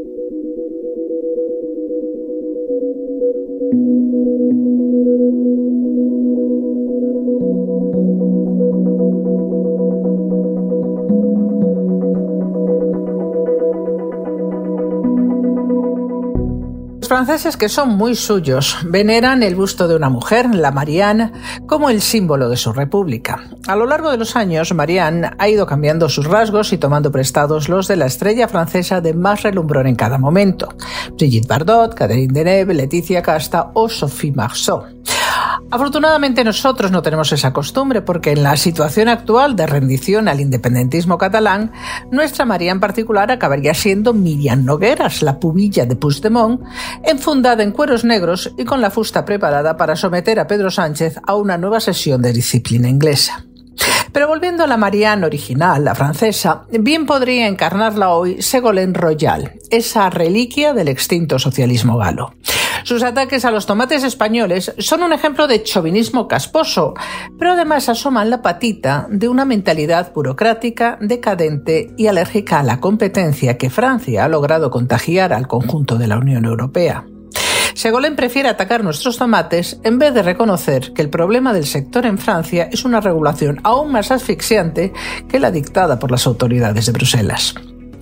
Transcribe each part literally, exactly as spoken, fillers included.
Los franceses, que son muy suyos, veneran el busto de una mujer, la Marianne, como el símbolo de su república. A lo largo de los años, Marianne ha ido cambiando sus rasgos y tomando prestados los de la estrella francesa de más relumbrón en cada momento: Brigitte Bardot, Catherine Deneuve, Leticia Casta o Sophie Marceau. Afortunadamente nosotros no tenemos esa costumbre, porque en la situación actual de rendición al independentismo catalán, nuestra María en particular acabaría siendo Miriam Nogueras, la pubilla de Puigdemont, enfundada en cueros negros y con la fusta preparada para someter a Pedro Sánchez a una nueva sesión de disciplina inglesa. Pero volviendo a la Marianne original, la francesa, bien podría encarnarla hoy Ségolène Royal, esa reliquia del extinto socialismo galo. Sus ataques a los tomates españoles son un ejemplo de chauvinismo casposo, pero además asoman la patita de una mentalidad burocrática, decadente y alérgica a la competencia que Francia ha logrado contagiar al conjunto de la Unión Europea. Ségolène prefiere atacar nuestros tomates en vez de reconocer que el problema del sector en Francia es una regulación aún más asfixiante que la dictada por las autoridades de Bruselas.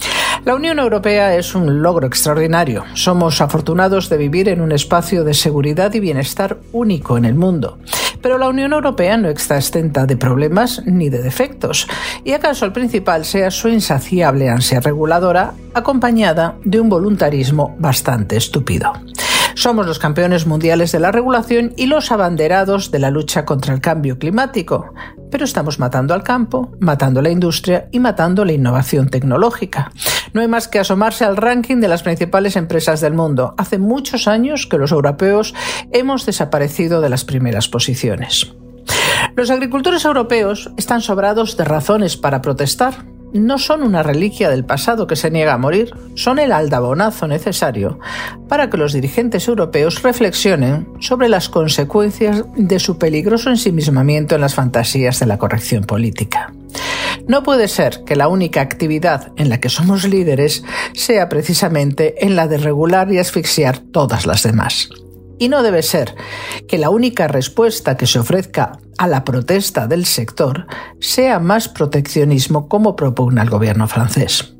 La Unión Europea es un logro extraordinario. Somos afortunados de vivir en un espacio de seguridad y bienestar único en el mundo. Pero la Unión Europea no está exenta de problemas ni de defectos, y acaso el principal sea su insaciable ansia reguladora, acompañada de un voluntarismo bastante estúpido. Somos los campeones mundiales de la regulación y los abanderados de la lucha contra el cambio climático, pero estamos matando al campo, matando la industria y matando la innovación tecnológica. No hay más que asomarse al ranking de las principales empresas del mundo. Hace muchos años que los europeos hemos desaparecido de las primeras posiciones. Los agricultores europeos están sobrados de razones para protestar. No son una reliquia del pasado que se niega a morir, son el aldabonazo necesario para que los dirigentes europeos reflexionen sobre las consecuencias de su peligroso ensimismamiento en las fantasías de la corrección política. No puede ser que la única actividad en la que somos líderes sea precisamente en la de regular y asfixiar todas las demás. Y no debe ser que la única respuesta que se ofrezca a la protesta del sector sea más proteccionismo, como propugna el gobierno francés.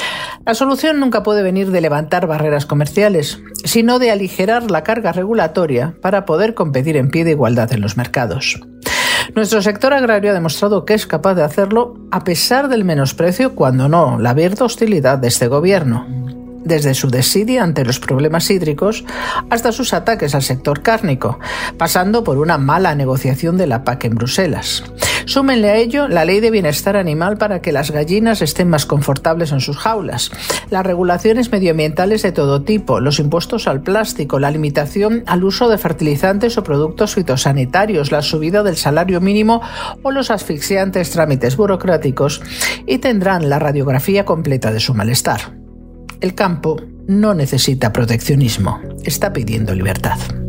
La solución nunca puede venir de levantar barreras comerciales, sino de aligerar la carga regulatoria para poder competir en pie de igualdad en los mercados. Nuestro sector agrario ha demostrado que es capaz de hacerlo a pesar del menosprecio, cuando no la abierta hostilidad de este gobierno. Desde su desidia ante los problemas hídricos hasta sus ataques al sector cárnico, pasando por una mala negociación de la P A C en Bruselas. Súmenle a ello la ley de bienestar animal para que las gallinas estén más confortables en sus jaulas, las regulaciones medioambientales de todo tipo, los impuestos al plástico, la limitación al uso de fertilizantes o productos fitosanitarios, la subida del salario mínimo o los asfixiantes trámites burocráticos, y tendrán la radiografía completa de su malestar. El campo no necesita proteccionismo, está pidiendo libertad.